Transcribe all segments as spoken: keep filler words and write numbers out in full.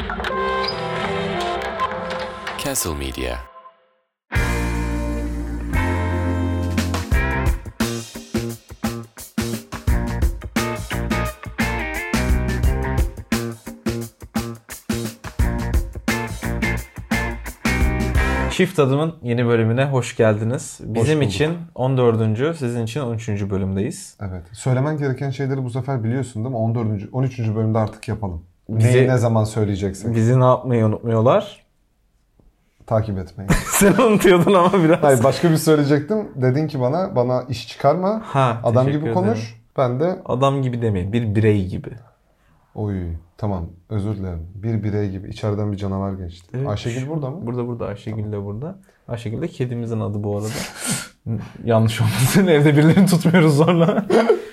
Castle Media. Çift Adım'ın yeni bölümüne hoş geldiniz. Bizim hoş için on dördüncü, sizin için on üçüncü bölümdeyiz. Evet. Söylemen gereken şeyleri bu sefer biliyorsun değil mi? on dördüncü, on üçüncü bölümde artık yapalım. Bizi, Neyi ne zaman söyleyeceksek. Bizi ne yapmayı unutmuyorlar? Takip etmeyi. Sen unutuyordun ama biraz. Hayır, başka bir söyleyecektim. Dedin ki bana, bana iş çıkarma. Ha, adam gibi ederim. konuş. Ben de... Adam gibi demeyin, bir birey gibi. Oy, tamam, özür dilerim. Bir birey gibi. İçeriden bir canavar geçti. Evet. Ayşegül burada mı? Burada burada, Ayşegül tamam. de burada. Ayşegül de kedimizin adı bu arada. Yanlış olmasın, evde birilerini tutmuyoruz zorla.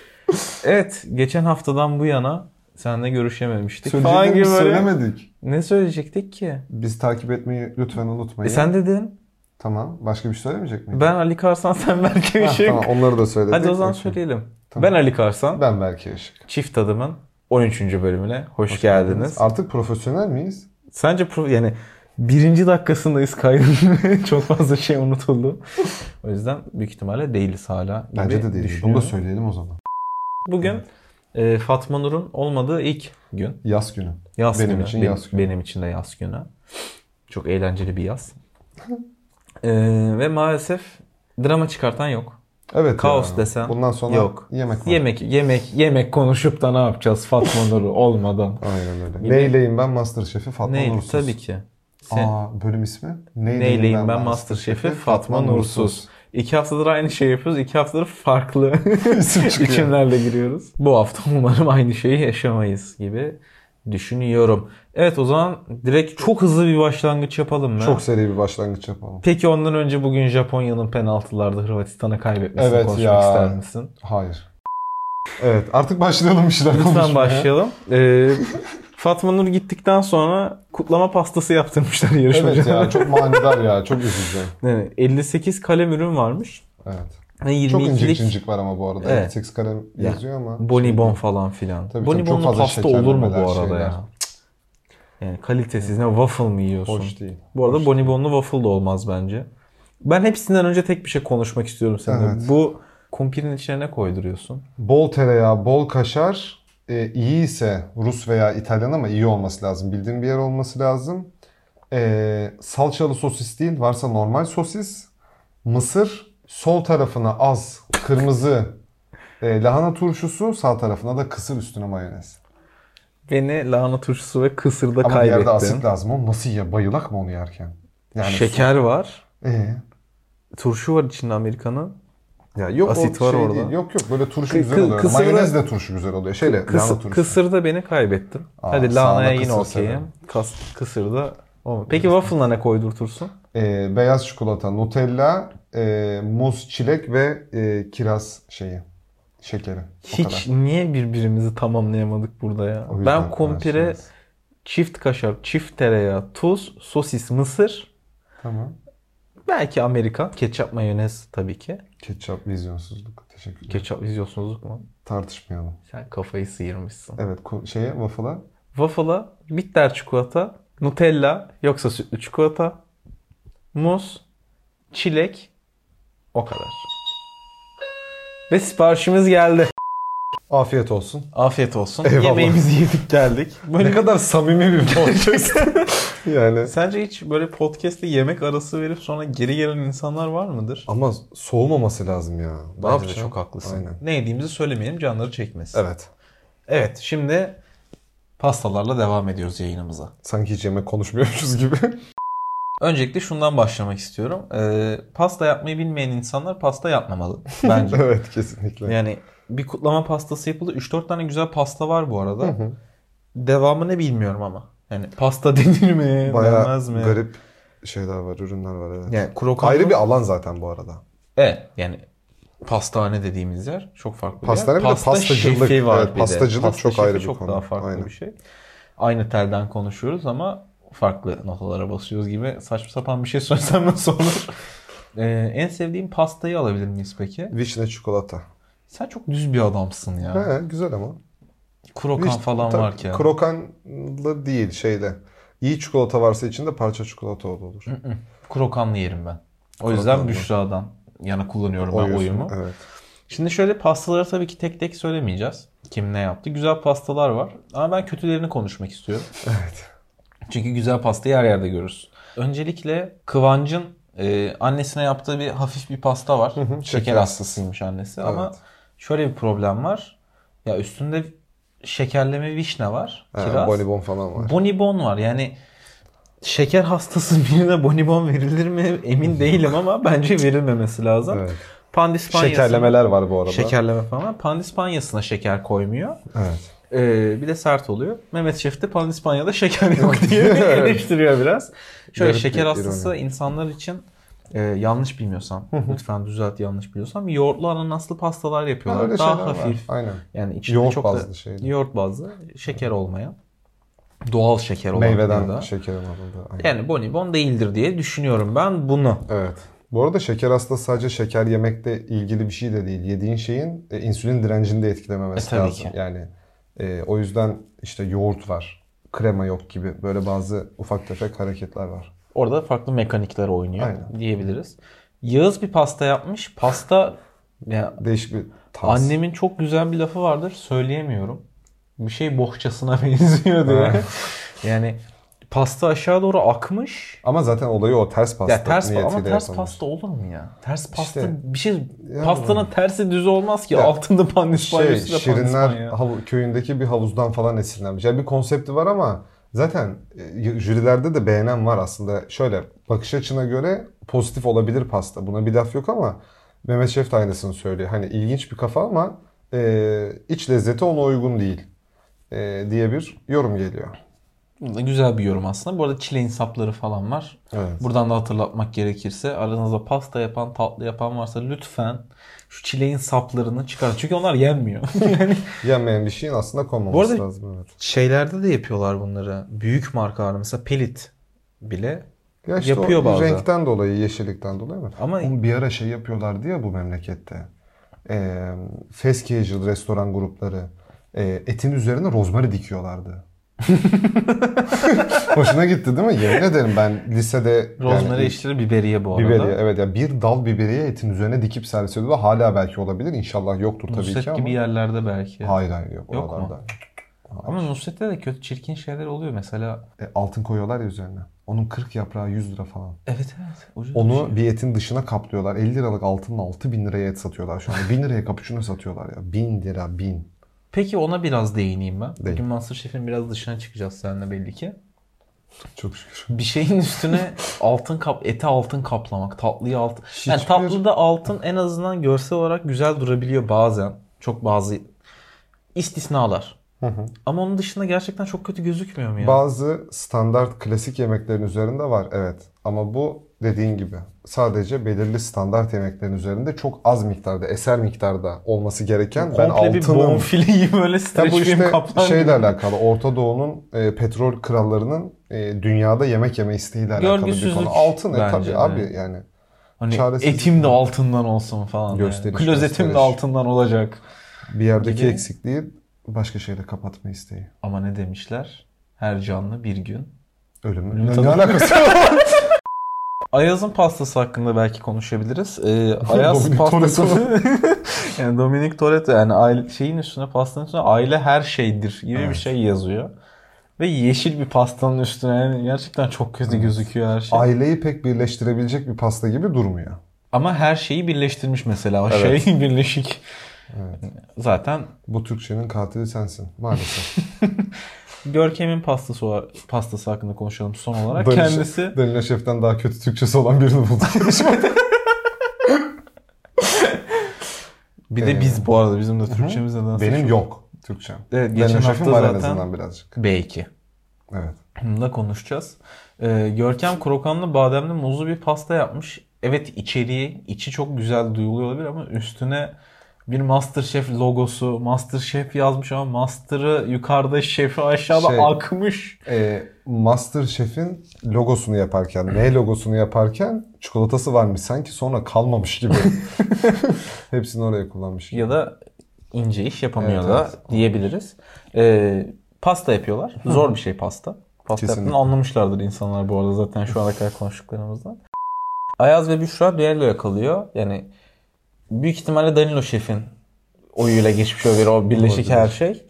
Evet, geçen haftadan bu yana seninle görüşememiştik. Söyleyeceklerimizi söylemedik. Ne söyleyecektik ki? Biz takip etmeyi lütfen unutmayın. E sen dedin. Tamam. Başka bir şey söylemeyecek miydin? Ben Ali Karsan, sen Berke Işık. Tamam, onları da söyledik. Hadi o zaman okay. söyleyelim. Tamam. Ben Ali Karsan. Ben Berke Işık. Çift Adım'ın on üçüncü bölümüne hoş, hoş geldiniz. geldiniz. Artık profesyonel miyiz? Sence pro- yani birinci dakikasındayız kaydın. Çok fazla şey unutuldu. O yüzden büyük ihtimalle değiliz hala. Bence de değiliz. Bunu da söyleyelim o zaman. Bugün evet. e, Fatma Nur'un olmadığı ilk gün. Yaz günü. Yaz benim günü. için benim, yaz günü. Benim için de yaz günü. Çok eğlenceli bir yaz. e, ve maalesef drama çıkartan yok. Evet. Kaos ya. desen. Bundan sonra yok. yemek var. Yemek yemek yemek konuşup da ne yapacağız Fatma Nur'u olmadan. Aynen öyle. Neyleyim ben Masterchef'i Fatma Ney, Nursuz. Tabii ki. Sen... Aa, bölüm ismi? Neyleyim, Neyleyim ben, ben Masterchef'i Fatma Nursuz. Nursuz. İki haftadır aynı şey yapıyoruz. İki haftadır farklı isimlerle giriyoruz. Bu hafta umarım aynı şeyi yaşamayız gibi düşünüyorum. Evet, o zaman direkt çok hızlı bir başlangıç yapalım mı? Çok seri bir başlangıç yapalım. Peki ondan önce bugün Japonya'nın penaltılarda Hırvatistan'a kaybetmesini evet konuşmak ya. ister misin? Hayır. Evet, artık başlayalım bir şeyler konuşmaya. Lütfen başlayalım. Ee, Fatma Nur gittikten sonra kutlama pastası yaptırmışlar yarışmacılara. Evet ya, çok manidar ya, çok üzücü. Yani elli sekiz kalem ürün varmış. Evet. Çok incik cincik var ama bu arada. Evet. elli sekiz kalem yazıyor ya. ama. Bonibon falan filan. Bonibon'la pasta olur mu bu arada şeyler. ya? Yani kalitesiz ne waffle mı yiyorsun? Hoş değil. Bu arada Hoş Bonibon'lu waffle da olmaz bence. Ben hepsinden önce tek bir şey konuşmak istiyorum seninle. Evet. Bu kumpirin içine ne koyduruyorsun? Bol tereyağı, bol kaşar. E, iyi ise Rus veya İtalyan ama iyi olması lazım. Bildiğin bir yer olması lazım. E, salçalı sosis değil, varsa normal sosis. Mısır, sol tarafına az kırmızı e, lahana turşusu, sağ tarafına da kısır, üstüne mayonez. Beni lahana turşusu ve kısırda ama kaybettin. Ama bir yerde asit lazım. O nasıl ya? Bayılak mı onu yerken? Yani şeker su... var. Ee? Turşu var içinde Amerikan'ın. Ya yok, asit o var şey orada. Değil. Yok yok, böyle turşu güzel oluyor. Kısırda, mayonez de turşu güzel oluyor. Şeyle kıs, lahana turşu. Kısırda beni kaybettin. Aa, hadi lahanaya yine okeyim. Kısırda olmadı. Peki waffle'la ne koydurtursun? Ee, beyaz çikolata, Nutella, e, muz, çilek ve e, kiraz şeyi. Şekeri. Hiç niye birbirimizi tamamlayamadık burada ya? Ben kumpire çift kaşar, çift tereyağı, tuz, sosis, mısır. Tamam. Belki Amerikan. Ketçap, mayonez tabii ki. Ketçap vizyonsuzluk. Teşekkürler. Ketçap vizyonsuzluk mu? Tartışmayalım. Sen kafayı sıyırmışsın. Evet. Şeye, waffle'a? Waffle'a bitter çikolata, Nutella yoksa sütlü çikolata, muz, çilek, o kadar. Ve siparişimiz geldi. Afiyet olsun. Afiyet olsun. Eyvallah. Yemeğimizi yedik geldik. Böyle ne kadar samimi bir podcast. Yani. Sence hiç böyle podcast'le yemek arası verip sonra geri gelen insanlar var mıdır? Ama soğumaması lazım ya. Ne Bence de çok haklısın. Aynen. Ne yediğimizi söylemeyelim, canları çekmesin. Evet. Evet, şimdi pastalarla devam ediyoruz yayınımıza. Sanki hiç yemek konuşmuyormuşuz gibi. Öncelikle şundan başlamak istiyorum. Ee, pasta yapmayı bilmeyen insanlar pasta yapmamalı bence. Evet, kesinlikle. Yani bir kutlama pastası yapıldı. üç dört tane güzel pasta var bu arada. Hı hı. Devamı ne bilmiyorum ama. Yani pasta denir mi? Bayağı denmez mi? garip şeyler var, ürünler var. Evet. Yani krokanlı... Ayrı bir alan zaten bu arada. Evet. Yani pastane dediğimiz yer çok farklı pastane bir yer. Pasta pastacılık şefi var. Evet, pastacılık pasta çok ayrı bir çok konu. Çok daha farklı Aynen. bir şey. Aynı telden konuşuyoruz ama farklı notalara basıyoruz gibi saçma sapan bir şey söylesem nasıl olur? ee, en sevdiğim pastayı alabilir miyiz peki? Vişne çikolata. Sen çok düz bir adamsın ya. He, güzel ama. Krokan Viş, falan tabii, varken. Krokanlı değil şeyde. İyi çikolata varsa içinde parça çikolata o da olur. Krokanlı yerim ben. O Krokanlı. yüzden Büşra'dan yana kullanıyorum ben Oyuyorsun, oyumu. Evet. Şimdi şöyle pastaları tabii ki tek tek söylemeyeceğiz. Kim ne yaptı. Güzel pastalar var. Ama ben kötülerini konuşmak istiyorum. Evet. Çünkü güzel pastayı her yerde görürüz. Öncelikle Kıvancın e, annesine yaptığı bir hafif bir pasta var. Hı hı, Şeker şeker hastasıymış annesi. Evet. Ama şöyle bir problem var. Ya üstünde şekerleme vişne var. Ha, Kiraz. bonibon falan var. Bonibon var. Yani şeker hastası birine bonibon verilir mi emin değilim ama bence verilmemesi lazım. Evet. Pandispanyasına, Şekerlemeler var bu arada. şekerleme falan. Pandispanyasına şeker koymuyor. Evet. Ee, bir de sert oluyor. Mehmet Şef de Pandispanya'da şeker yok diye eleştiriyor biraz. Şöyle Garip şeker bir hastası ironi. insanlar için e, yanlış bilmiyorsam, lütfen düzelt yanlış biliyorsam, yoğurtlu ananaslı pastalar yapıyorlar. Öyle Daha şeyler var. hafif. Aynen. Yani içinde Yoğurt çok bazlı da şeyler. yoğurt bazlı, şeker olmayan, doğal şeker olan Meyveden ya da. şekerin alındı. Aynen. Yani bonibon değildir diye düşünüyorum ben bunu. Evet. Bu arada şeker hastası sadece şeker yemekle ilgili bir şey de değil. Yediğin şeyin e, insülin direncini de etkilememesi E, tabii lazım. ki. Yani e, o yüzden işte yoğurt var, krema yok gibi böyle bazı ufak tefek hareketler var. Orada farklı mekanikler oynuyor Aynen. diyebiliriz. Yağız bir pasta yapmış. Pasta ya, Değişik bir tarz. annemin çok güzel bir lafı vardır. Söyleyemiyorum. Bir şey bohçasına benziyor diye. Evet. Yani pasta aşağı doğru akmış. Ama zaten olayı o ters pasta Ya ters niyetiyle ama ters yapılmış. pasta olur mu ya? Ters pasta İşte, bir şey ya- pastanın tersi düz olmaz ki. Ya, Altında pandispanya Şey, üstünde Şirinler pandispanya. hav- köyündeki bir havuzdan falan esinlenmiş. Yani bir konsepti var ama zaten e, jürilerde de beğenen var aslında. Şöyle bakış açına göre pozitif olabilir pasta. Buna bir laf yok ama Mehmet Şef de aynısını söylüyor. Hani ilginç bir kafa ama e, iç lezzeti ona uygun değil e, diye bir yorum geliyor. Güzel bir yorum aslında. Bu arada çileğin sapları falan var. Evet. Buradan da hatırlatmak gerekirse aranızda pasta yapan, tatlı yapan varsa lütfen şu çileğin saplarını çıkarın. Çünkü onlar yenmiyor. Yani Yenmeyen bir şeyin aslında konmaması Bu arada- lazım. Evet. şeylerde de yapıyorlar bunları. Büyük markalar mesela Pelit bile Ya işte yapıyor o bazen. renkten dolayı, yeşillikten dolayı mı? Ama- Ama bir ara şey yapıyorlardı ya bu memlekette. Ee, fast casual restoran grupları e, etin üzerine rozmari dikiyorlardı. Hoşuna gitti değil mi? Yemin ederim ben lisede rozmari yani, eşittir biberiye bu arada. biberiye evet ya bir dal biberiye etin üzerine dikip servis ediyorlar. Hala belki olabilir. İnşallah yoktur tabii Nusret ki ama. gibi yerlerde belki. Hayır hayır yok, Yok mu? oralarda. Ama Nusret'te de kötü çirkin şeyler oluyor. Mesela E, altın koyuyorlar ya üzerine. Onun kırk yaprağı yüz lira falan. evet evet. Ucuz bir Onu şey. bir etin dışına kaplıyorlar. elli liralık altınla altı bin liraya et satıyorlar şu anda. bin liraya cappuccino satıyorlar ya. bin lira bin. Peki ona biraz değineyim ben. Değin. Bugün MasterChef'in biraz dışına çıkacağız seninle belli ki. Çok şükür. Bir şeyin üstüne altın kap, ete altın kaplamak, tatlıyı altın. Yani Hiçbir- tatlıda altın en azından görsel olarak güzel durabiliyor bazen. Çok bazı istisnalar. Hı hı. Ama onun dışında gerçekten çok kötü gözükmüyor mu ya? Bazı standart klasik yemeklerin üzerinde var evet. Ama bu dediğin gibi sadece belirli standart yemeklerin üzerinde çok az miktarda, eser miktarda olması gereken ben Komple bir altının... bonfileyi böyle Ya streç bu film işte kaplan şeyle gibi. alakalı. Orta Doğu'nun e, petrol krallarının e, dünyada yemek yeme isteğiyle alakalı bir Görgüsüzlük konu. Altın e, bence tabii de. abi yani. Hani çaresizlik etim de yani. altından olsun falan. Gösteriş, yani. Klozetim gösteriş. de altından olacak. Bir yerdeki Gibi. eksikliği başka şeyle kapatma isteği. Ama ne demişler? Her canlı bir gün. Ölümü. Ölüm Ne, tadı. ne alakası var? Ayaz'ın pastası hakkında belki konuşabiliriz. Ee, Ayaz Dominic pastası Toretto. yani Dominic Toretto yani aile, şeyin üstüne pastanın üstüne aile her şeydir gibi bir Evet. şey yazıyor. Ve yeşil bir pastanın üstüne yani gerçekten çok kötü gözüküyor her şey. Aileyi pek birleştirebilecek bir pasta gibi durmuyor. Ama her şeyi birleştirmiş mesela. O Evet. şey birleşik. Evet. Zaten Bu Türkçenin katili sensin maalesef. Görkem'in pastası var, pastası hakkında konuşalım son olarak. Danilo- Kendisi Danilo Şef'ten daha kötü Türkçesi olan birini bulduk. bir de Ee, biz bu arada bizim de Türkçemiz neden Benim yok Türkçem. Evet, geçen Danilo Şef'in hafta var en zaten azından birazcık. B iki. Evet. Bunu da konuşacağız. Ee, Görkem krokanlı bademli muzlu bir pasta yapmış. Evet içeriği, içi çok güzel duyuluyor olabilir ama üstüne bir MasterChef logosu, MasterChef yazmış ama Master'ı yukarıda, şefi aşağıda Şey- akmış. Ee, MasterChef'in logosunu yaparken, M logosunu yaparken çikolatası varmış sanki sonra kalmamış gibi. Hepsini oraya kullanmış gibi. Ya da ince iş yapamıyor Evet, da evet. diyebiliriz. Ee, pasta yapıyorlar. Zor bir şey pasta. pasta Kesinlikle. yaptığını anlamışlardır insanlar bu arada zaten şu ana kadar konuştuklarımızdan. Ayaz ve Büşra düelloya kalıyor. Yani büyük ihtimalle Danilo Şef'in oyuyla geçmiş olabilir o birleşik her şey.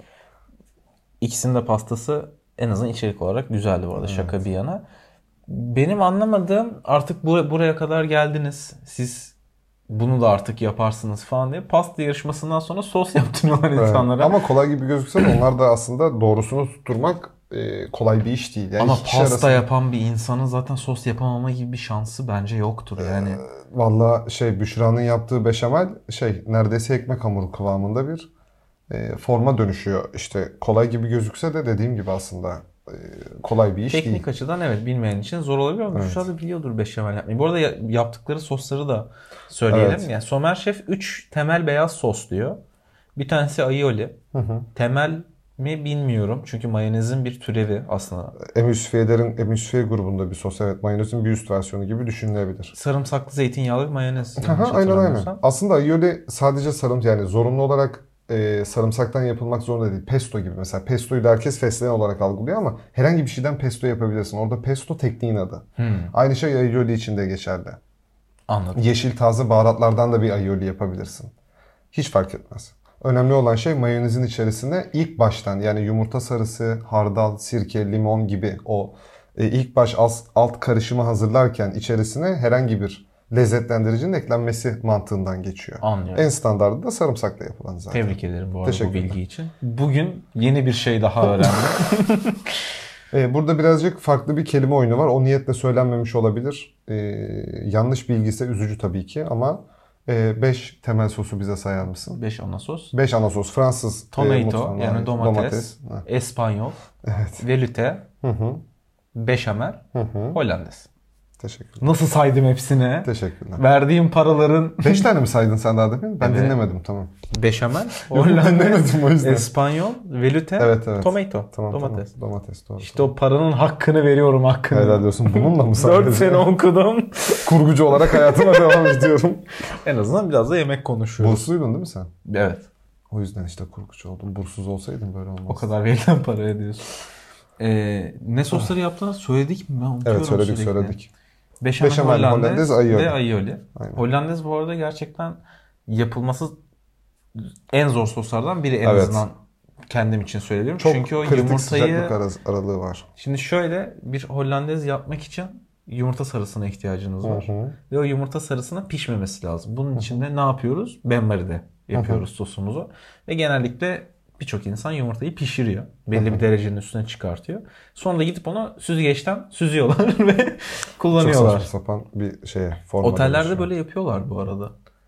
İkisinin de pastası en azından içerik olarak güzeldi bu arada, evet. Şaka bir yana. Benim anlamadığım, artık bu, buraya kadar geldiniz. Siz bunu da artık yaparsınız falan diye pasta yarışmasından sonra sos yaptırıyorlar evet. insanlara. Ama kolay gibi gözükse de onlar da aslında doğrusunu tutturmak e, kolay bir iş değil. Yani ama pasta arasında... yapan bir insanın zaten sos yapamama gibi bir şansı bence yoktur yani. Ee, Valla şey Büşra'nın yaptığı beşamel şey neredeyse ekmek hamuru kıvamında bir e, forma dönüşüyor. İşte kolay gibi gözükse de dediğim gibi aslında e, kolay bir iş Teknik değil. Teknik açıdan evet bilmeyen için zor olabilir ama evet. Büşra da biliyordur beşamel yapmayı. Bu arada yaptıkları sosları da söyleyelim. Evet. Yani Somer Şef üç temel beyaz sos diyor. Bir tanesi aioli. Hı hı. Temel mi bilmiyorum. Çünkü mayonezin bir türevi aslında. Emülsifiyelerin emülsifiye grubunda bir sos. Evet, mayonezin bir üst versiyonu gibi düşünülebilir. Sarımsaklı zeytinyağlı bir mayonez. Aha, aynen aynen. Aslında aioli sadece sarımsak, yani zorunlu olarak e, sarımsaktan yapılmak zorunda değil. Pesto gibi mesela. Pestoyu da herkes fesleğen olarak algılıyor ama herhangi bir şeyden pesto yapabilirsin. Orada pesto tekniğin adı. Hmm. Aynı şey aioli için de geçerli. Anladım. Yeşil taze baharatlardan da bir aioli yapabilirsin. Hiç fark etmez. Önemli olan şey mayonezin içerisine ilk baştan, yani yumurta sarısı, hardal, sirke, limon gibi o e, ilk baş alt, alt karışımı hazırlarken içerisine herhangi bir lezzetlendiricinin eklenmesi mantığından geçiyor. Anlıyorum. En standardı da sarımsakla yapılan zaten. Tebrik ederim bu arada bu bilgi için. Bugün yeni bir şey daha öğrendim. e, burada birazcık farklı bir kelime oyunu var. O niyetle söylenmemiş olabilir. E, yanlış bilgi ise üzücü tabii ki ama beş e, temel sosu bize sayar mısın? beş ana sos. beş ana sos. Fransız. Tomato e, yani domates. domates. Espanyol. Evet. Velouté. Hı hı. Beşamel. Hı hı. Hollandaise. Teşekkürler. Nasıl saydım hepsine? Teşekkürler. Verdiğim paraların... Beş tane mi saydın sen daha demin? Ben evet. dinlemedim, tamam. Beşamel, Hollandaise, o yüzden. Espanyol, Velouté, evet, evet. Tomato, tamam, domates. Tamam. Domates, doğru. İşte o paranın hakkını veriyorum, hakkını. Helal olsun. Bununla mı saydın? Dört sene okudum. Kurgucu olarak hayatıma devam ediyorum. En azından biraz da yemek konuşuyoruz. Bursluydun değil mi sen? Evet. O yüzden işte kurgucu oldum. Bursuz olsaydım böyle olmaz. O kadar verilen para ediyorsun. Ee, ne sosları yaptığını söyledik mi? Ben unutuyorum evet söyledik sürekli. söyledik. Beşamel, Beşamel Hollandaise, Hollandaise, aioli. ve aioli. Hollandaise bu arada gerçekten yapılması en zor soslardan biri en evet. azından kendim için söylüyorum. Çok çünkü o kritik yumurtayı sıcaklık aralığı var. Şimdi şöyle bir Hollandaise yapmak için yumurta sarısına ihtiyacınız var. Hı hı. Ve o yumurta sarısına pişmemesi lazım. Bunun için de ne yapıyoruz? Benmary'de yapıyoruz hı hı. sosumuzu. Ve genellikle birçok insan yumurtayı pişiriyor. Belli Hı-hı. bir derecenin üstüne çıkartıyor. Sonra da gidip onu süzgeçten süzüyorlar ve kullanıyorlar. Çok saçma sapan bir şeye, forma otellerde dönüşüyor. böyle yapıyorlar bu arada.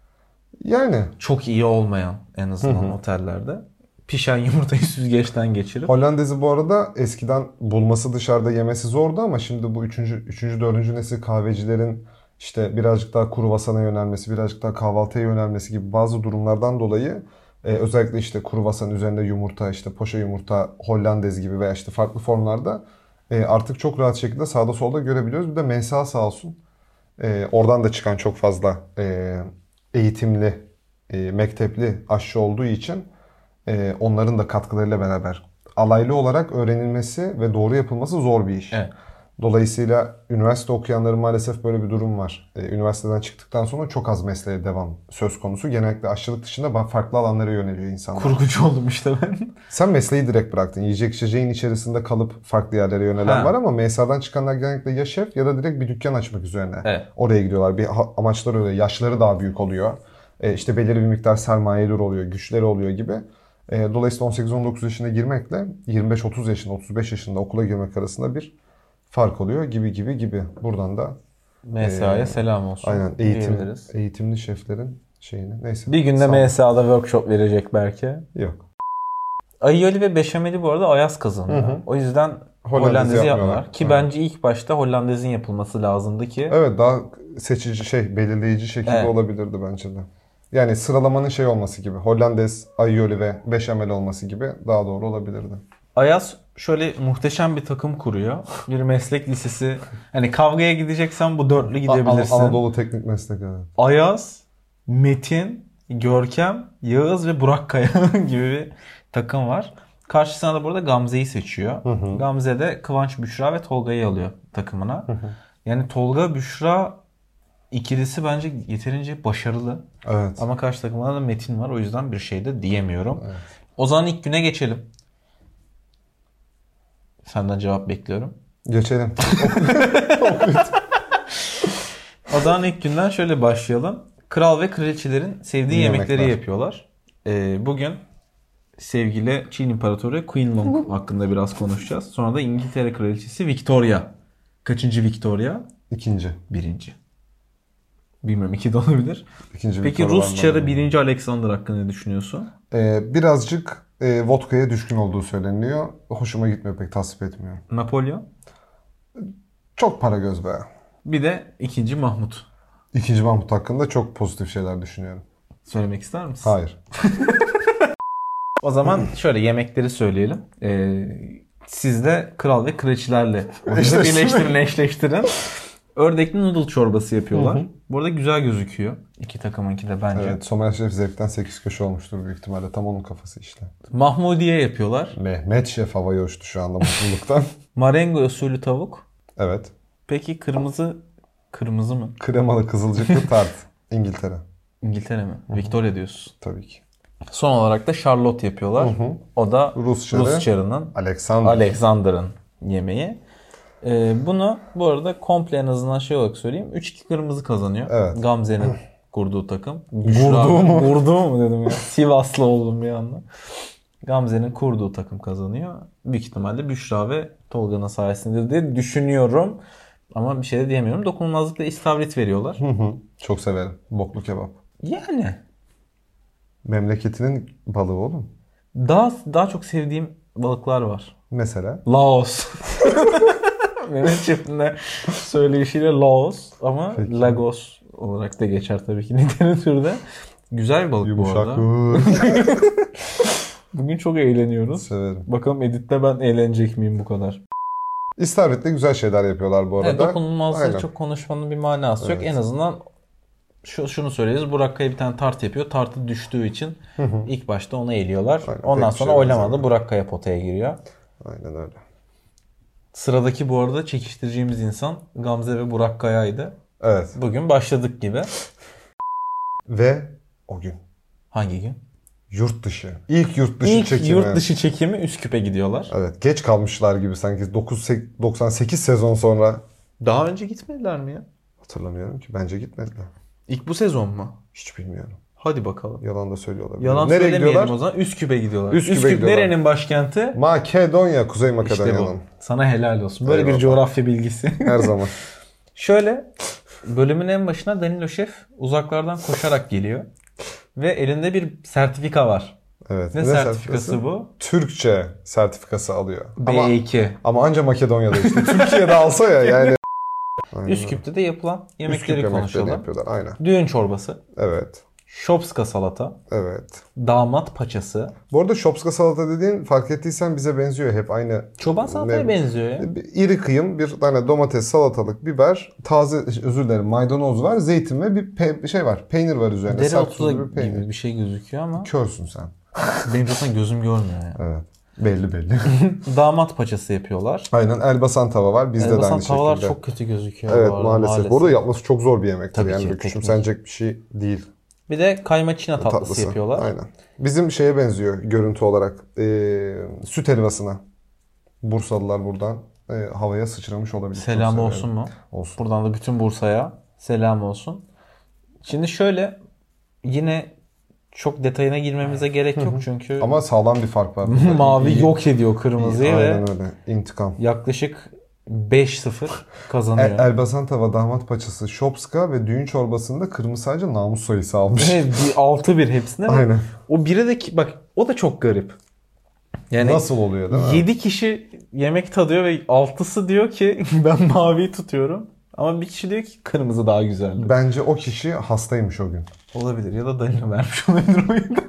Yani. Çok iyi olmayan en azından Hı-hı. otellerde. Pişen yumurtayı süzgeçten geçirip. Hollandez'i bu arada eskiden bulması dışarıda yemesi zordu ama şimdi bu üçüncü, üçüncü dördüncü nesil kahvecilerin işte birazcık daha kruvasana yönelmesi, birazcık daha kahvaltıya yönelmesi gibi bazı durumlardan dolayı Ee, özellikle işte kruvasan üzerinde yumurta, işte poşe yumurta, Hollandaise gibi veya işte farklı formlarda e, artık çok rahat şekilde sağda solda görebiliyoruz. Bir de M S A sağ olsun. E, oradan da çıkan çok fazla e, eğitimli, e, mektepli aşçı olduğu için e, onların da katkılarıyla beraber alaylı olarak öğrenilmesi ve doğru yapılması zor bir iş. Evet. Dolayısıyla üniversite okuyanların maalesef böyle bir durum var. Üniversiteden çıktıktan sonra çok az mesleğe devam söz konusu. Genellikle aşçılık dışında farklı alanlara yöneliyor insanlar. Kurgucu oldum işte ben. Sen mesleği direkt bıraktın. Yiyecek içeceğin içerisinde kalıp farklı yerlere yönelen ha. var ama M S A'dan çıkanlar genellikle ya şef ya da direkt bir dükkan açmak üzerine evet. oraya gidiyorlar. Bir amaçları oluyor. Yaşları daha büyük oluyor. İşte belirli bir miktar sermayeleri oluyor, güçleri oluyor gibi. Dolayısıyla on sekiz on dokuz yaşına girmekle yirmi beş otuz yaşında, otuz beş yaşında okula girmek arasında bir fark oluyor gibi gibi gibi. Buradan da M S A'ya e, selam olsun. Aynen eğitim, eğitimli şeflerin şeyini. Neyse. Bir günde M S A'da workshop verecek belki. Yok. Aioli ve beşameli bu arada Ayaz kazanıyor. Hı hı. O yüzden Hollandaise yapmıyorlar. Ki hı. bence ilk başta Hollandaise'in yapılması lazımdı ki. Evet, daha seçici şey, belirleyici şekilde evet. olabilirdi bence de. Yani sıralamanın şey olması gibi. Hollandaise, aioli ve beşamel olması gibi daha doğru olabilirdi. Ayaz şöyle muhteşem bir takım kuruyor. Bir meslek lisesi. Hani kavgaya gideceksen bu dörtlü gidebilirsin. Anadolu Teknik Meslek evet. Ayaz, Metin, Görkem, Yağız ve Burak Kaya gibi bir takım var. Karşısına da burada Gamze'yi seçiyor. Hı hı. Gamze de Kıvanç, Büşra ve Tolga'yı alıyor takımına. Hı hı. Yani Tolga, Büşra ikilisi bence yeterince başarılı. Evet. Ama karşı takımda da Metin var. O yüzden bir şey de diyemiyorum. Evet. O zaman ilk güne geçelim. Senden cevap bekliyorum. Geçelim. O zaman ilk günden şöyle başlayalım. Kral ve kraliçelerin sevdiği Yemekler. yemekleri yapıyorlar. Ee, bugün sevgili Çin İmparatoru Queen Long hakkında biraz konuşacağız. Sonra da İngiltere Kraliçesi Victoria. Kaçıncı Victoria? İkinci. Birinci. Bilmiyorum, iki de olabilir. İkinci Peki Victor Rus olanlardan çarı biri. birinci Alexander hakkında ne düşünüyorsun? Ee, birazcık e, vodka'ya düşkün olduğu söyleniyor. Hoşuma gitmiyor, pek tasvip etmiyor. Napolyon. Çok para göz be. Bir de ikinci Mahmut. İkinci Mahmut hakkında çok pozitif şeyler düşünüyorum. Söylemek ister misin? Hayır. O zaman şöyle yemekleri söyleyelim. Ee, siz de kral ve kraliçelerle Eşleştirin. birleştirin, eşleştirin. Ördekli noodle çorbası yapıyorlar. Hı hı. Bu arada güzel gözüküyor. İki takımınki de bence. Evet, Somer Şef zevkten sekiz köşe olmuştur büyük ihtimalle. Tam onun kafası işte. Mahmudiye yapıyorlar. Mehmet Şef havaya uçtu şu anda mutluluktan. Marengo usulü tavuk. Evet. Peki kırmızı kırmızı mı? Kremalı kızılcıklı tart. İngiltere. İngiltere mi? Victoria diyorsun. Tabii ki. Son olarak da Charlotte yapıyorlar. Hı hı. O da Rus çarı. Rus çarının Alexander. Alexander'ın yemeği. Ee, bunu bu arada komple en azından şey olarak söyleyeyim. üç iki kırmızı kazanıyor. Evet. Gamze'nin kurduğu takım. Kurduğu mu? Kurduğu mu dedim ya. Sivaslı oldum bir anda. Gamze'nin kurduğu takım kazanıyor. Büyük ihtimalle Büşra ve Tolga'nın sayesindedir diye düşünüyorum. Ama bir şey de diyemiyorum. Dokunulmazlıkla istavrit veriyorlar. Hı hı. Çok severim. Boklu kebap. Yani Memleketinin balığı oğlum. daha daha çok sevdiğim balıklar var. Mesela. Laos. Benim çiftinde söyleyişiyle Laos ama Peki. Lagos olarak da geçer tabii ki literatürde. Güzel bir balık bu arada. Yumuşak. Bugün çok eğleniyoruz. Severim. Bakalım editte ben eğlenecek miyim bu kadar? İstavrit'te güzel şeyler yapıyorlar bu arada. Evet, dokunulmazlığı Aynen. çok konuşmanın bir manası yok. Evet. En azından şu, şunu söyleriz. Burak Kaya bir tane tart yapıyor. Tartı düştüğü için ilk başta onu eliyorlar. Aynen, Ondan pek bir sonra şey oylamada olmaz Burak Kaya potaya giriyor. Aynen öyle. Sıradaki bu arada çekiştireceğimiz insan Gamze ve Burak Kaya'ydı. Evet. Bugün başladık gibi. Ve o gün. Hangi gün? Yurt dışı. İlk yurt dışı İlk çekimi. yurt dışı çekimi Üsküp'e gidiyorlar. Evet. Geç kalmışlar gibi sanki. doksan sekiz sezon sonra. Daha önce gitmediler mi ya? Hatırlamıyorum ki. Bence gitmediler. İlk bu sezon mu? Hiç bilmiyorum. Hadi bakalım. Yalan da söylüyorlar. Yalan Nereye söylemeyelim gidiyorlar? o zaman. Üsküp'e gidiyorlar. Üsküp'e Üsküp gidiyorlar. nerenin başkenti? Makedonya. Kuzey İşte Makedonya'nın. bu. Sana helal olsun. Böyle Eyvallah. bir coğrafya bilgisi. Her zaman. Şöyle bölümün en başına Danilo Şef uzaklardan koşarak geliyor. Ve elinde bir sertifika var. Evet. Ne, sertifikası bu? Türkçe sertifikası alıyor. B Ama, iki. ama anca Makedonya'da işte. Türkiye'de alsa ya yani. Aynen. Üsküp'te de yapılan yemekleri Üsküp yemeklerini konuşalım. yapıyorlar. Aynen. Düğün çorbası. Evet. Şopska salata. Evet. Damat paçası. Bu arada şopska salata dediğin fark ettiysen bize benziyor. Hep aynı. Çoban salataya Ne- benziyor ya. Bir İri kıyım bir tane domates, salatalık, biber, taze özür dilerim maydanoz var, zeytin ve bir pe- şey var. Peynir var üzerinde. Sert Dereotu tuzlu da bir peynir. gibi bir şey gözüküyor ama Körsün sen. benim zaten gözüm görmüyor ya. Evet. Belli belli. Damat paçası yapıyorlar. Aynen elbasan tava var. Bizde de Elbasan aynı tavalar şekilde. çok kötü gözüküyor. Evet bu arada, maalesef. Bu arada yapması çok zor bir yemektir. Tabii yani ki, böyle teknik. küçümsenecek bir şey değil. Bir de kaymaçina tatlısı, yapıyorlar. Aynen. Bizim şeye benziyor görüntü olarak. Ee, süt helvasına. Bursalılar buradan e, havaya sıçramış olabilir. Çok Selam severim. olsun mu? Olsun. Buradan da bütün Bursa'ya selam olsun. Şimdi şöyle yine çok detayına girmemize gerek yok çünkü Ama sağlam bir fark var. mavi İyi- yok ediyor kırmızıyı iyi, ve aynen öyle. İntikam. yaklaşık beş sıfır kazanıyor. El, elbasan tava, damat paçası, şopska ve düğün çorbasında kırmızı sadece namus sayısı almış. Ve bir altı bir hepsinde. Aynen. O biri de ki- bak o da çok garip. Yani Nasıl oluyor değil mi? yedi kişi yemek tadıyor ve altısı diyor ki ben maviyi tutuyorum. Ama bir kişi diyor ki kırmızı daha güzeldi. Bence o kişi hastaymış o gün. Olabilir ya da Danilo vermiş olabilir o yüzden.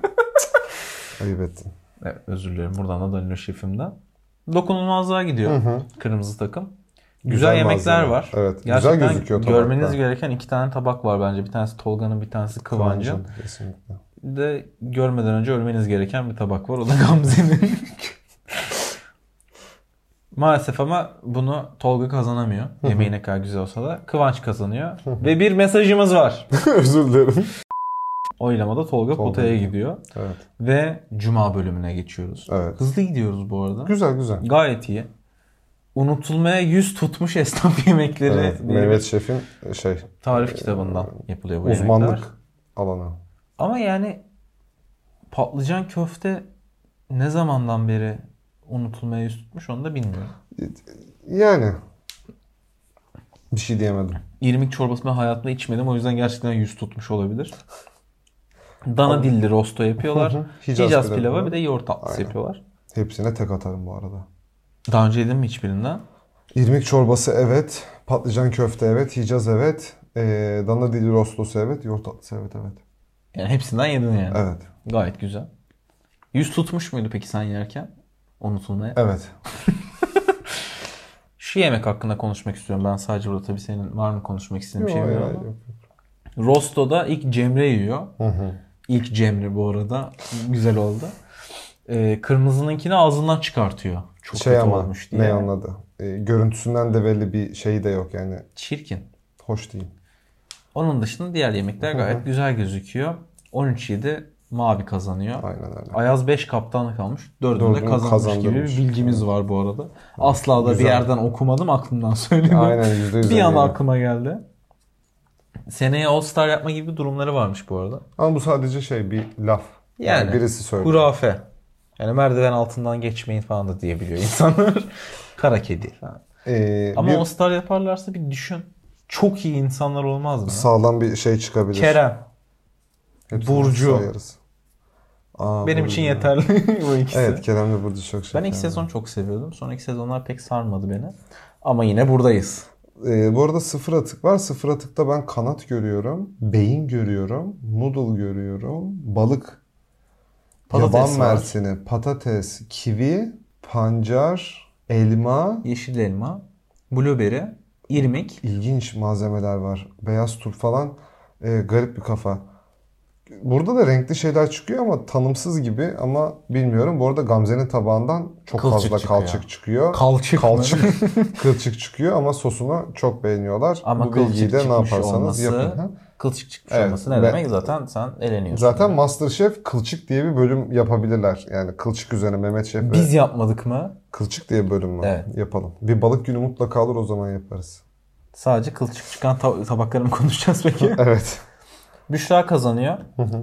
Ayıp ettin. Evet, özür dilerim. Buradan da Danilo şefimden. Dokunulmazlığa gidiyor Hı hı. kırmızı takım. Güzel, Güzel yemekler malzeme. var. Evet, güzel Gerçekten gözüküyor tabakta. görmeniz gereken iki tane tabak var bence. Bir tanesi Tolga'nın, bir tanesi Kıvancı'nın. Kıvancın, kesinlikle. Bir de görmeden önce ölmeniz gereken bir tabak var. O da Gamze'nin. Maalesef ama bunu Tolga kazanamıyor. Yemeği ne kadar güzel olsa da. Kıvanç kazanıyor. Ve bir mesajımız var. Özür dilerim. Oylamada Tolga, Tolga potaya gidiyor. gidiyor. Evet. Ve Cuma bölümüne geçiyoruz. Evet. Hızlı gidiyoruz bu arada. Güzel güzel. Gayet iyi. Unutulmaya yüz tutmuş esnaf yemekleri Evet, diye Mehmet bir Şef'in şey tarif kitabından yapılıyor bu uzmanlık yemekler. alanı. Ama yani patlıcan köfte ne zamandan beri unutulmaya yüz tutmuş onu da bilmiyorum. Yani bir şey diyemedim. İrmik çorbasını ben hayatımda içmedim. O yüzden gerçekten yüz tutmuş olabilir. Dana dilli rosto yapıyorlar. Hicaz Hicaz, pilavı. pilavı bir de yoğurt tatlısı Aynen. yapıyorlar. Hepsine tek atarım bu arada. Daha önce yedin mi hiçbirinden? İrmik çorbası evet. Patlıcan köfte evet. Hicaz evet. Ee, dana dili rostosu evet. Yoğurt tatlısı evet evet. Yani hepsinden yedin yani. Evet. Gayet güzel. Yüz tutmuş muydu peki sen yerken? Unutulmaya. Evet. Şu yemek hakkında konuşmak istiyorum. Ben sadece burada tabii senin var mı konuşmak istediğin bir şey Yok, bilmiyorum yok, ama. Rosto'da ilk Cemre yiyor. Hı hı. İlk Cemre bu arada. Güzel oldu. Ee, kırmızınınkini ağzından çıkartıyor. Çok Şey kötü ama olmuş diye. ne anladı? Ee, görüntüsünden de belli bir şey de yok yani. Çirkin. Hoş değil. Onun dışında diğer yemekler gayet güzel gözüküyor. on üç yedi Mavi kazanıyor. Aynen öyle. Ayaz beş kaptanlık almış. Dördünü de Dördünü kazanmış gibi bir kazandırmış. bilgimiz var bu arada. Asla da Güzel. bir yerden okumadım, aklımdan söyledim. Aynen yüzde yüz. Bir an eminim. aklıma geldi. Seneye All Star yapma gibi bir durumları varmış bu arada. Ama bu sadece şey bir laf. Yani, birisi söylüyor. hurafe. Yani merdiven altından geçmeyin falan da diyebiliyor insanlar. Kara kedi falan. Ee, Ama bir All Star yaparlarsa bir düşün. Çok iyi insanlar olmaz mı? sağlam bir şey çıkabilir. Kerem. Hepsini Burcu. sayarız. Aa, Benim Burcu. için yeterli bu ikisi. Evet, Kerem'le Burcu çok şeker. Ben ilk sezon çok seviyordum. Sonraki sezonlar pek sarmadı beni. Ama yine buradayız. Ee, bu arada sıfır atık var. Sıfır atıkta ben kanat görüyorum. Beyin görüyorum. Noodle görüyorum. Balık. Patates yaban var. mersini. Patates. Kivi. Pancar. Elma. Yeşil elma, blueberry, irmik. İlginç malzemeler var. Beyaz turp falan. Ee, garip bir kafa. Burada da renkli şeyler çıkıyor ama tanımsız gibi ama bilmiyorum. Bu arada Gamze'nin tabağından çok Kılçık fazla çıkıyor. kalçık çıkıyor. Kalçık mı? Kalçık, kılçık çıkıyor ama sosunu çok beğeniyorlar. Ama Bu bilgiyi kılçık de ne çıkmış yaparsanız olması, yapın. Ha? kılçık çıkmış Evet, olması ne ve- demek? Zaten sen eleniyorsun. Zaten yani. MasterChef kılçık diye bir bölüm yapabilirler. Yani kılçık üzerine Mehmet Şef ve Biz yapmadık mı? kılçık diye bir bölüm mü? Evet. Yapalım. Bir balık günü mutlaka olur, o zaman yaparız. Sadece kılçık çıkan ta- tabakları mı konuşacağız peki? Evet. Büşra kazanıyor.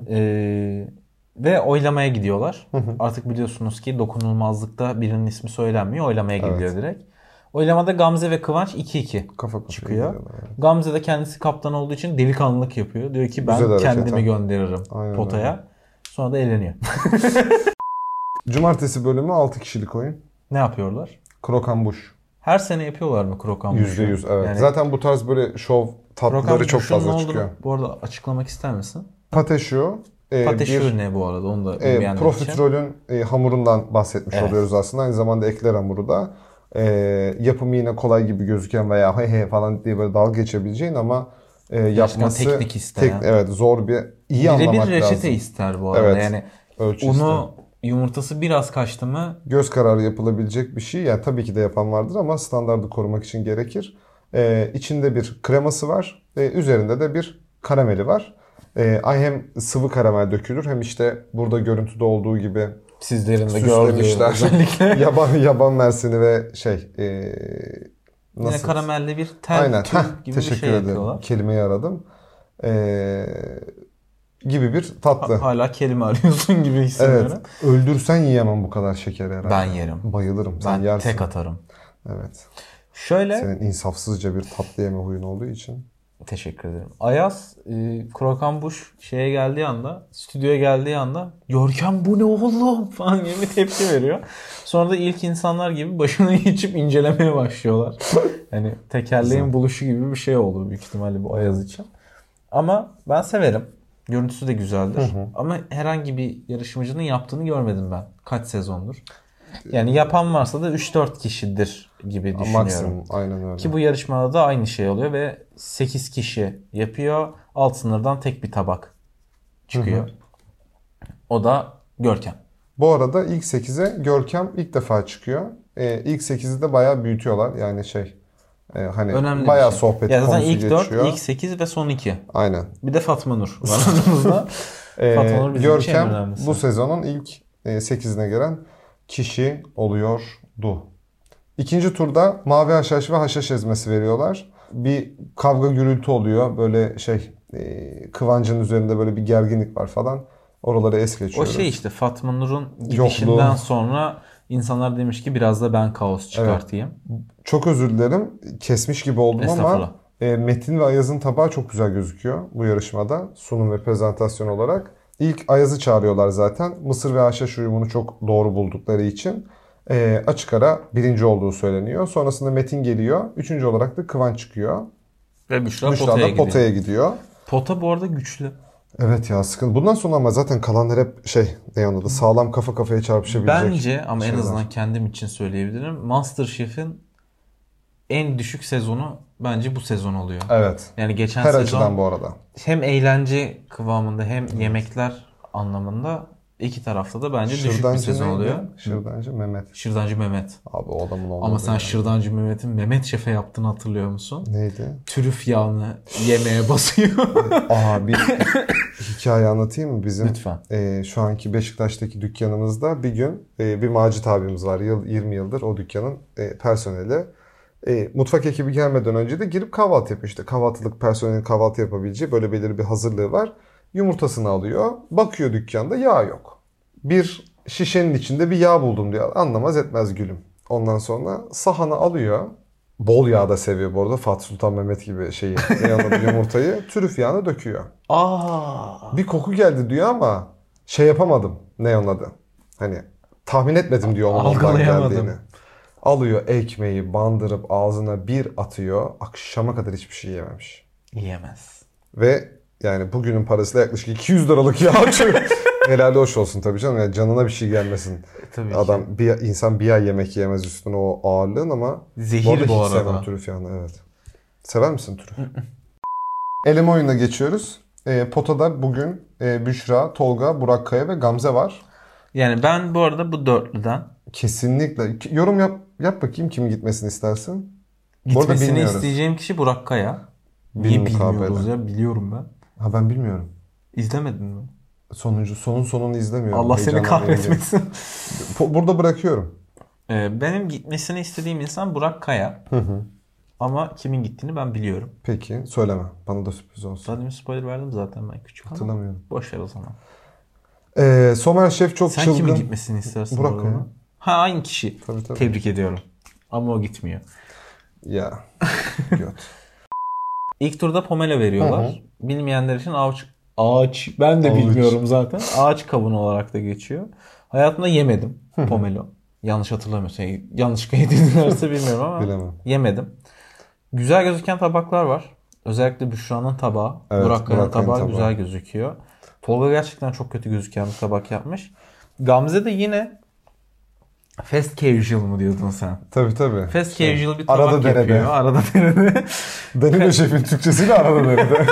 Ee, ve oylamaya gidiyorlar. Artık biliyorsunuz ki dokunulmazlıkta birinin ismi söylenmiyor. Oylamaya gidiliyor Evet. direkt. Oylamada Gamze ve Kıvanç iki iki Kafa kafaya çıkıyor. gidiyorlar, evet. Gamze de kendisi kaptan olduğu için delikanlılık yapıyor. Diyor ki ben Güzel hareket, kendimi ha. gönderirim Aynen potaya. Sonra da eleniyor. Cumartesi bölümü altı kişilik oyun. Ne yapıyorlar? Krokambuş. Her sene yapıyorlar mı krokan yüzde yüz evet. Yani Zaten bu tarz böyle şov tatlıları çok krokambuşun ne fazla olduğunu çıkıyor. Bu arada açıklamak ister misin? Pateşo. E, Pateşür bir, ne bu arada? Onu da e, bilmeyenler için. profiterolün e, hamurundan bahsetmiş Evet. oluyoruz aslında. Aynı zamanda ekler hamuru da. E, yapımı yine kolay gibi gözüken veya he he falan diye böyle dalga geçebileceğin ama e, yapması teknik isteyen. evet, zor bir iyi anlamak Birebir reçete lazım. ister bu arada. Evet, Yani ölçü unu yumurtası biraz kaçtı mı göz kararı yapılabilecek bir şey. Yani tabii ki de yapan vardır ama standardı korumak için gerekir. Ee, içinde bir kreması var. Ee, üzerinde de bir karameli var. Ee, ay hem sıvı karamel dökülür hem işte burada görüntüde olduğu gibi sizlerin de gördüğü süslemişler. özellikle. yaban yaban mersini ve şey ee, Yine karamelli bir tel Aynen. tül Heh, gibi bir teşekkür şey ederim. yapıyorlar. Kelimeyi aradım. Ee, gibi bir tatlı. Ha- Hala kelime arıyorsun gibi hissediyorum. Evet. Öldürsen yiyemem bu kadar şekeri herhalde. Ben yerim. Bayılırım. Sen Ben yersin. tek atarım. Evet. Şöyle Senin insafsızca bir tatlı yeme huyun olduğu için. teşekkür ederim. Ayaz e, Krokambuş şeye geldiği anda, stüdyoya geldiği anda Görkem bu ne oğlum falan gibi bir tepki veriyor. Sonra da ilk insanlar gibi başına geçip incelemeye başlıyorlar. Yani tekerleğin buluşu gibi bir şey oldu büyük ihtimalle bu Ayaz için. Ama ben severim. Görüntüsü de güzeldir. Hı hı. Ama herhangi bir yarışmacının yaptığını görmedim ben. Kaç sezondur. Yani yapan varsa da üç dört kişidir gibi düşünüyorum. Maksimum aynen öyle. Ki bu yarışmada da aynı şey oluyor ve sekiz kişi yapıyor. Alt sınırdan tek bir tabak çıkıyor. Hı hı. O da Görkem. Bu arada ilk sekize Görkem ilk defa çıkıyor. E, ilk sekizi de bayağı büyütüyorlar. Yani şey e, hani Önemli bayağı bir şey. sohbet Ya zaten konusu ilk geçiyor. dört, ilk sekiz ve son iki. Aynen. Bir de Fatma Nur var aramızda. Ee, Fatma Nur bizim için en Görkem önemlisi. bu sezonun ilk e, sekizine giren kişi oluyordu. İkinci turda mavi haşhaş ve haşhaş ezmesi veriyorlar. Bir kavga gürültü oluyor. Böyle şey e, Kıvancın üzerinde böyle bir gerginlik var falan. Oraları es O geçiyoruz. şey işte Fatma Nur'un gidişinden Yokluğu. sonra insanlar demiş ki biraz da ben kaos çıkartayım. Çok özür dilerim. Kesmiş gibi oldum Estağfurullah. ama e, Metin ve Ayaz'ın tabağı çok güzel gözüküyor bu yarışmada. Sunum ve prezentasyon olarak. İlk Ayaz'ı çağırıyorlar zaten. Mısır ve haşhaş uyumunu çok doğru buldukları için. E, açık ara birinci olduğu söyleniyor. Sonrasında Metin geliyor. Üçüncü olarak da Kıvanç çıkıyor. Ve Büşra, Büşra potaya da gidiyor. potaya gidiyor. Pota bu arada güçlü. Evet ya sıkıntı. Bundan sonra ama zaten kalanlar hep şey ne yanında sağlam kafa kafaya çarpışabilecek. Bence ama şeyler. en azından kendim için söyleyebilirim. MasterChef'in en düşük sezonu bence bu sezon oluyor. Evet. Yani geçen Her sezon açıdan bu arada. hem eğlence kıvamında hem yemekler anlamında iki tarafta da bence düşük bir Şırdancı sezon neydi? oluyor. Şırdancı Mehmet. Şırdancı Mehmet. Abi o adamın olmadığı Ama sen yani. Şırdancı Mehmet'in Mehmet Şef'e yaptığını hatırlıyor musun? Neydi? Trüf yağını yemeğe basıyor. Aa bir hikaye anlatayım mı? Bizim Lütfen. e, şu anki Beşiktaş'taki dükkanımızda bir gün e, bir Macit abimiz var. Yıl, yirmi yıldır o dükkanın e, personeli. E, mutfak ekibi gelmeden önce de girip kahvaltı yapıyor. İşte kahvaltılık personelin kahvaltı yapabileceği böyle belirli bir hazırlığı var. Yumurtasını alıyor. Bakıyor dükkanda yağ yok. Bir şişenin içinde bir yağ buldum diyor. Anlamaz etmez gülüm. Ondan sonra sahanı alıyor. Bol yağ da seviyor bu arada. Fatih Sultan Mehmet gibi şeyi. Yanında yumurtayı. Trüf yağını döküyor. Aa. Bir koku geldi diyor ama şey yapamadım. Ne onun adı? Hani tahmin etmedim diyor onun ondan Algılayamadım. geldiğini. Alıyor ekmeği bandırıp ağzına bir atıyor. Akşama kadar hiçbir şey yememiş. Yiyemez. Ve yani bugünün parasıyla yaklaşık iki yüz liralık yağ çıkıyor. Helali hoş olsun tabii canım. Yani canına bir şey gelmesin. Tabii Adam ki. bir insan bir ay yemek yiyemez üstüne o ağırlığın ama Zehir bu arada bu hiç arada. sevmem trüf yağını evet. Sever misin trüf? Eleme oyununa geçiyoruz. E, potada bugün e, Büşra, Tolga, Burak Kaya ve Gamze var. Yani ben bu arada bu dörtlüden Kesinlikle. Yorum yap yap bakayım kim gitmesini istersin. Bu arada gitmesini bilmiyoruz. isteyeceğim kişi Burak Kaya. Bir Niye mukabele. bilmiyoruz ya? Biliyorum ben. Ha ben bilmiyorum. İzlemedin mi? Sonuncu, sonun sonunu izlemiyorum. Allah seni Heyecanlanıyorum. kahretmesin. Po- Burada bırakıyorum. Ee, benim gitmesini istediğim insan Burak Kaya. Hı hı. Ama kimin gittiğini ben biliyorum. Peki söyleme. Bana da sürpriz olsun. Daha demin spoiler verdim zaten ben küçük ama. Hatırlamıyorum. Boş ver o zaman. Ee, Somer Şef çok Sen çılgın. kimin gitmesini istersin? Burak bu arada? Kaya. Ha aynı kişi. Tabii tabii. Tebrik ediyorum. Ama o gitmiyor. Ya. Göt. İlk turda pomelo veriyorlar. Hı hı. Bilmeyenler için ağaç ağaç ben de Ağaç. bilmiyorum zaten. Ağaç kabuğu olarak da geçiyor. Hayatımda yemedim pomelo. Yanlış hatırlamıyorsam. Yani yanlış yedirdilerse bilmiyorum ama Bilemem. yemedim. Güzel gözüken tabaklar var. Özellikle Büşra'nın tabağı, Evet, Burak Kaya'nın Burak Kaya'nın tabağı tabağı. güzel gözüküyor. Tolga gerçekten çok kötü gözüken bir tabak yapmış. Gamze de yine fast casual mı diyordun sen? Tabii tabii. Fast Şey, casual bir tabak arada yapıyor. derede. Arada derede. Danilo Şef'in Türkçesiyle arada derede.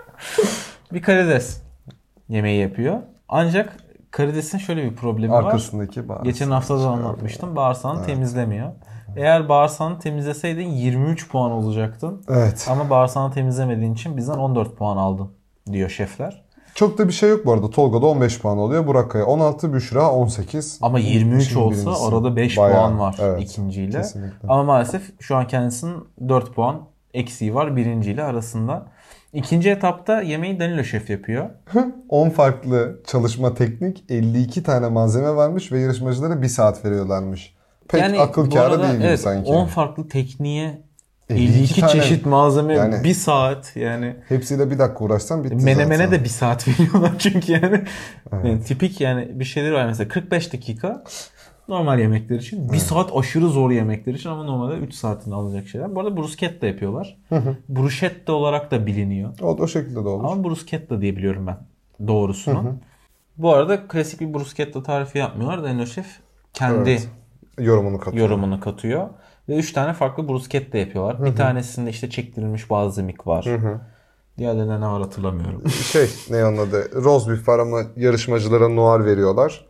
Bir karides yemeği yapıyor. Ancak karidesin şöyle bir problemi var. Arkasındaki bağırsak. Geçen hafta da anlatmıştım. Bağırsağını Evet. temizlemiyor. Eğer bağırsağını temizleseydin yirmi üç puan olacaktın. Evet. Ama bağırsağını temizlemediğin için bizden on dört puan aldın diyor şefler. Çok da bir şey yok bu arada. Tolga'da on beş puan oluyor. Burak Kaya on altı, Büşra on sekiz. Ama yirmi üç İşin olsa birincisi. arada beş Bayağı, puan var evet, ikinciyle. kesinlikle. Ama maalesef şu an kendisinin dört puan eksiği var birinciyle arasında. İkinci etapta yemeği Danilo Şef yapıyor. on farklı çalışma teknik, elli iki tane malzeme varmış ve yarışmacılara bir saat veriyorlarmış. Pek yani akıl bu kârı arada değil gibi evet, sanki. on farklı tekniğe elli elli iki iki tane- çeşit malzeme Yani- bir saat yani. Hepsiyle bir dakika uğraşsan bitti Menemene zaten. de bir saat veriyorlar çünkü yani. Evet. Yani tipik yani bir şeyler var mesela kırk beş dakika normal yemekler için. Bir saat aşırı zor yemekler için ama normalde üç saatini alacak şeyler. Bu arada bruschetta yapıyorlar. Bruschetta olarak da biliniyor. O, o şekilde de olur. Ama bruschetta diye biliyorum ben doğrusunu. Bu arada klasik bir bruschetta tarifi yapmıyorlar. Danilo Şef kendi Evet. Yorumunu katıyor. yorumunu katıyor. Ve üç tane farklı bruschetta yapıyorlar. Bir tanesinde işte çektirilmiş balzamik var. Diğerlerine ne var hatırlamıyorum. Şey ne onun adı? Roast beef var ama yarışmacılara noir veriyorlar.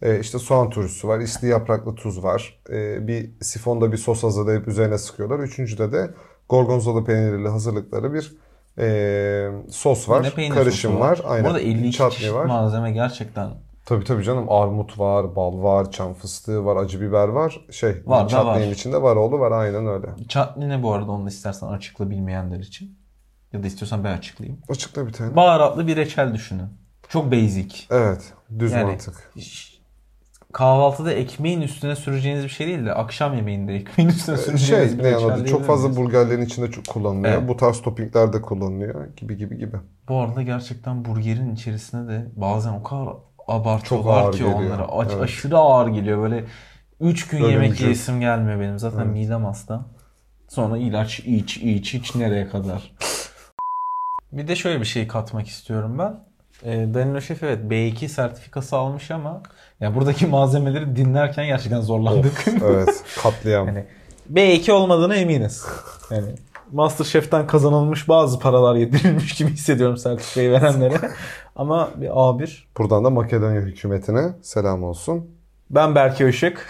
E, işte soğan turşusu var, isli yapraklı tuz var. E, bir sifonda bir sos hazırlayıp üzerine sıkıyorlar. Üçüncüde de gorgonzola peyniriyle hazırlıkları bir e, sos var. Karışım var. var. Aynen. Bu arada elli iki çeşit var. Malzeme gerçekten. Tabii tabii canım. Armut var, bal var, çam fıstığı var, acı biber var. Şey, var, çatninin içinde var oğlu var. Aynen öyle. Çatni ne bu arada, onu da istersen açıkla bilmeyenler için. Ya da istiyorsan ben açıklayayım. Açıkla bir tane. Baharatlı bir reçel düşünün. Çok basic. Evet. Düz yani, mantık. Kahvaltıda ekmeğin üstüne süreceğiniz bir şey değil de akşam yemeğinde ekmeğin üstüne süreceğiniz şey, bir ne reçel anladım. Çok fazla miyiz? burgerlerin içinde çok kullanılıyor. Evet. Bu tarz toppingler de kullanılıyor. Gibi gibi gibi. Bu arada gerçekten burgerin içerisine de bazen o kadar abartıyorlar ki geliyor. onlara. Aç, Evet. Aşırı ağır geliyor. Böyle üç gün Ölümcül. yemek yiyesim gelmiyor benim. Zaten Evet. midem hasta. Sonra ilaç iç iç iç nereye kadar. Bir de şöyle bir şey katmak istiyorum ben. E, Danilo Şef evet B iki sertifikası almış ama ya buradaki malzemeleri dinlerken gerçekten zorlandık. Of, evet. Katliam. Yani B iki olmadığına eminiz. Yani MasterChef'ten kazanılmış bazı paralar yedirilmiş gibi hissediyorum sertifikayı verenlere. Ama bir A bir. Buradan da Makedonya hükümetine selam olsun. Ben Berke Işık.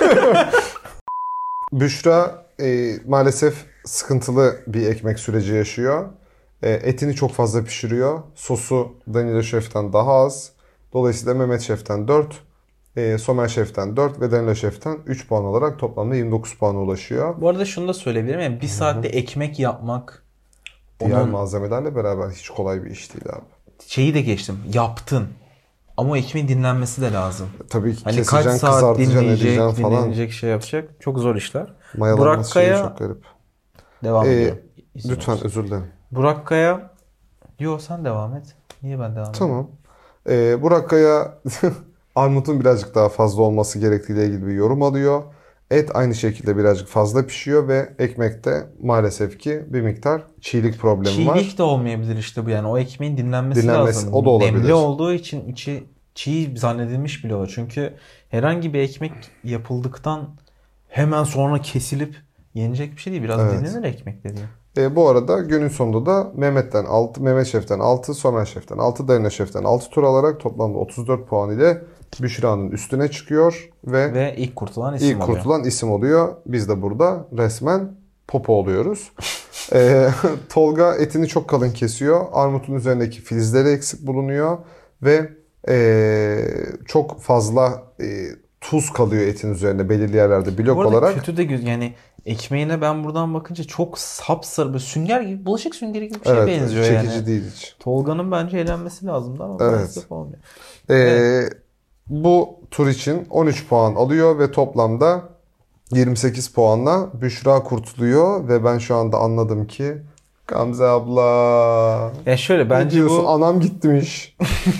Büşra e, maalesef sıkıntılı bir ekmek süreci yaşıyor. E, etini çok fazla pişiriyor. Sosu Danilo Şef'ten daha az. Dolayısıyla Mehmet Şef'ten dört, e, Somer Şef'ten dört ve Danilo Şef'ten üç puan olarak toplamda yirmi dokuz puana ulaşıyor. Bu arada şunu da söyleyebilirim. Yani bir saatte ekmek yapmak Diğer onun malzemelerle beraber hiç kolay bir iş değil abi. şeyi de geçtim. Yaptın. Ama o ekmeğin dinlenmesi de lazım. Tabii ki Hani keseceksin, kaç saat kızartacaksın, dinleyecek, edeceksin falan. dinlenecek şey yapacak. Çok zor işler. Mayalanması şeyi Kaya çok garip. devam Ee, ediyorum. İzin Lütfen olsun. özür dilerim. Burak Kaya. Yo sen devam et. Niye ben devam edeyim? Tamam. Ee, Burak Kaya armutun birazcık daha fazla olması gerektiğiyle ilgili bir yorum alıyor. Et aynı şekilde birazcık fazla pişiyor ve ekmekte maalesef ki bir miktar çiğlik problemi Çiğlik var. Çiğlik de olmayabilir işte bu yani. O ekmeğin dinlenmesi, Dinlenmesi, lazım. o da olabilir. Nemli olduğu için içi çiğ zannedilmiş bile olur. Çünkü herhangi bir ekmek yapıldıktan hemen sonra kesilip yenecek bir şey değil. Biraz Evet. dinlenir ekmek dediğim. E, bu arada günün sonunda da Mehmet'ten altı, Mehmet Şef'ten altı, Somer Şef'ten altı, Danilo Şef'ten altı tur alarak toplamda otuz dört puan ile Büşra'nın üstüne çıkıyor ve, Ve ilk kurtulan isim ilk oluyor. kurtulan isim oluyor. Biz de burada resmen popo oluyoruz. e, Tolga etini çok kalın kesiyor. Armutun üzerindeki filizleri eksik bulunuyor ve e, çok fazla e, tuz kalıyor etin üzerine belirli yerlerde blok Bu arada olarak. kötü de göz yani ekmeğine ben buradan bakınca çok sapsarı böyle sünger gibi, bulaşık süngeri gibi bir şeye Evet, benziyor çekici yani. değil hiç. Tolga'nın bence eğlenmesi lazımdı ama Evet. maalesef olmuyor. Ee, Evet. Bu tur için on üç puan alıyor ve toplamda yirmi sekiz puanla Büşra kurtuluyor ve ben şu anda anladım ki Gamze abla. Ya şöyle Ne bence diyorsun? bu Anam gitmiş.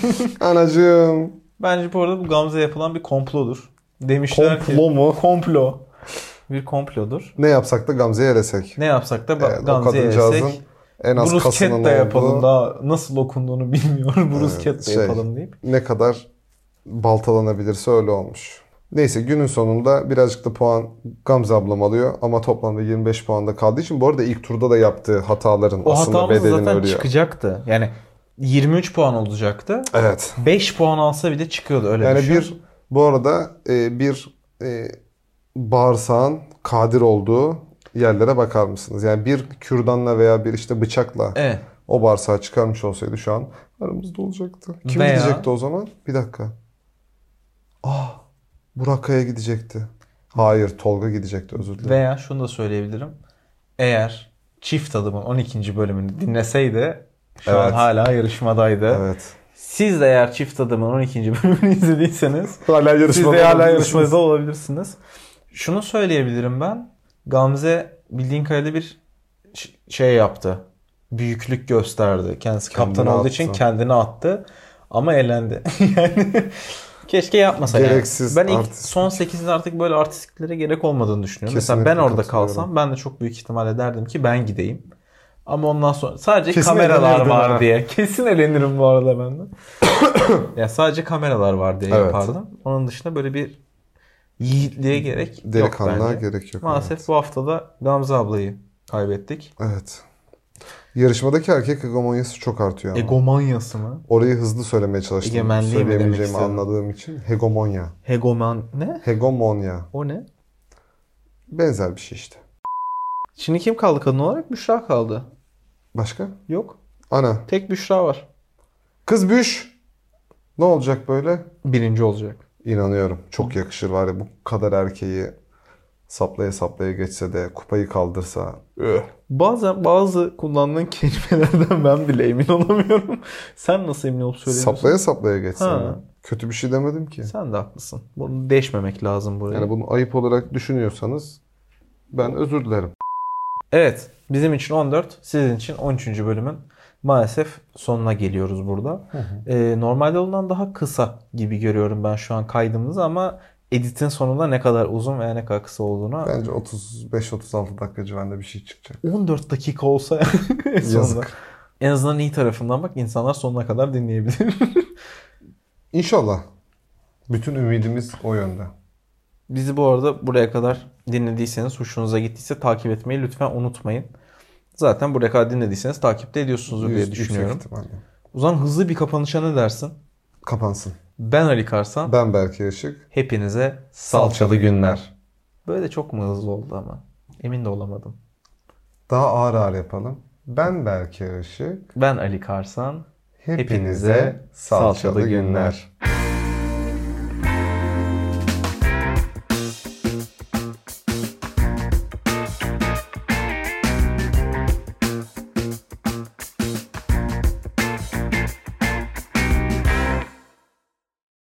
Anacığım. bence bu arada bu Gamze yapılan bir komplodur. Demişler ki Komplo mu? komplo. Bir komplodur. Ne yapsak da Gamze'ye elesek. Ne yapsak da Evet, o Gamze'ye kadıncağızın yesek. en az Bruschetta kasının yapalım, olduğu, daha nasıl okunduğunu bilmiyorum. Bruschetta Evet, şey. yapalım deyip. ne kadar baltalanabilirse öyle olmuş. Neyse günün sonunda birazcık da puan Gamze ablam alıyor ama toplamda yirmi beş puanda kaldığı için bu arada ilk turda da yaptığı hataların O aslında hatamız bedelini zaten ödüyor. çıkacaktı. Yani yirmi üç puan olacaktı. Evet. beş puan alsa bile çıkıyordu öyle Yani düşün. bir bu arada e, bir e, bağırsağın kadir olduğu yerlere bakar mısınız? Yani bir kürdanla veya bir işte bıçakla Evet. o bağırsağı çıkarmış olsaydı şu an aramızda olacaktı. Kim Veya- gidecekti o zaman? Bir dakika. Ah, Burak Kaya gidecekti. Hayır, Tolga gidecekti, özür dilerim. Veya şunu da söyleyebilirim. Eğer Çift Adım'ın on ikinci bölümünü dinleseydi şu Evet. an hala yarışmadaydı. Evet. Siz de eğer Çift Adım'ın on ikinci bölümünü izlediyseniz Hala siz yarışmada de hala olabilirsiniz. yarışmada olabilirsiniz. Şunu söyleyebilirim ben. Gamze bildiğin kadarıyla bir ş- şey yaptı. Büyüklük gösterdi. Kendisi Kendini kaptan olduğu için attı. kendini attı. Ama elendi. Yani keşke yapmasa yani. Gereksiz Ben ilk artist. son sekizde artık böyle artistliklere gerek olmadığını düşünüyorum. Kesinlikle Mesela ben orada katılıyorum. kalsam ben de çok büyük ihtimalle derdim ki ben gideyim. Ama ondan sonra sadece Kesin kameralar elenirdin var ha. diye. Kesin elenirim bu arada ben de. Ya sadece kameralar var diye Evet. yapardım. Onun dışında böyle bir yiğitliğe gerek yok Delikanlığa bence. gerek yok. Maalesef evet. bu haftada Gamze ablayı kaybettik. Evet. Yarışmadaki erkek hegemonyası çok artıyor ama. Egomanyası mı? Orayı hızlı söylemeye çalıştım. Egemenliği mi demek Söyleyemeyeceğimi istedin? anladığım için. Hegemonya. Hegoman ne? Hegemonya. O ne? Benzer bir şey işte. Şimdi kim kaldı kadın olarak? Büşra kaldı. Başka? Yok. Ana. Tek Büşra var. Kız Büş. Ne olacak böyle? Birinci olacak. İnanıyorum. Çok yakışır var ya bu kadar erkeği saplaya saplaya geçse de kupayı kaldırsa. Öh. Bazen bazı kullandığın kelimelerden ben bile emin olamıyorum. Sen nasıl emin olup söylüyorsun? Saplaya saplaya geçse Ha. mi? Kötü bir şey demedim ki. Sen de haklısın. Bunu değişmemek lazım buraya. Yani bunu ayıp olarak düşünüyorsanız ben özür dilerim. Evet. Bizim için on dört, sizin için on üçüncü bölümün maalesef sonuna geliyoruz burada. Hı hı. Ee, normalde olduğundan daha kısa gibi görüyorum ben şu an kaydımızı ama editin sonunda ne kadar uzun veya ne kadar kısa olduğunu. Bence otuz beş otuz altı dakika civarında bir şey çıkacak. on dört dakika olsa sonunda. Yazık. En azından iyi tarafından bak insanlar sonuna kadar dinleyebilir. İnşallah. Bütün ümidimiz o yönde. Bizi bu arada buraya kadar dinlediyseniz, hoşunuza gittiyse takip etmeyi lütfen unutmayın. Zaten buraya kadar dinlediyseniz takipte ediyorsunuzdur diye Yüz- düşünüyorum. yüksek ihtimalle. O zaman hızlı bir kapanışa ne dersin? Kapansın. Ben Ali Karsan. Ben Berke Işık. Hepinize salçalı günler. Böyle çok mu hızlı oldu ama? Emin de olamadım. Daha ağır ağır yapalım. Ben Berke Işık. Ben Ali Karsan. Hepinize salçalı günler.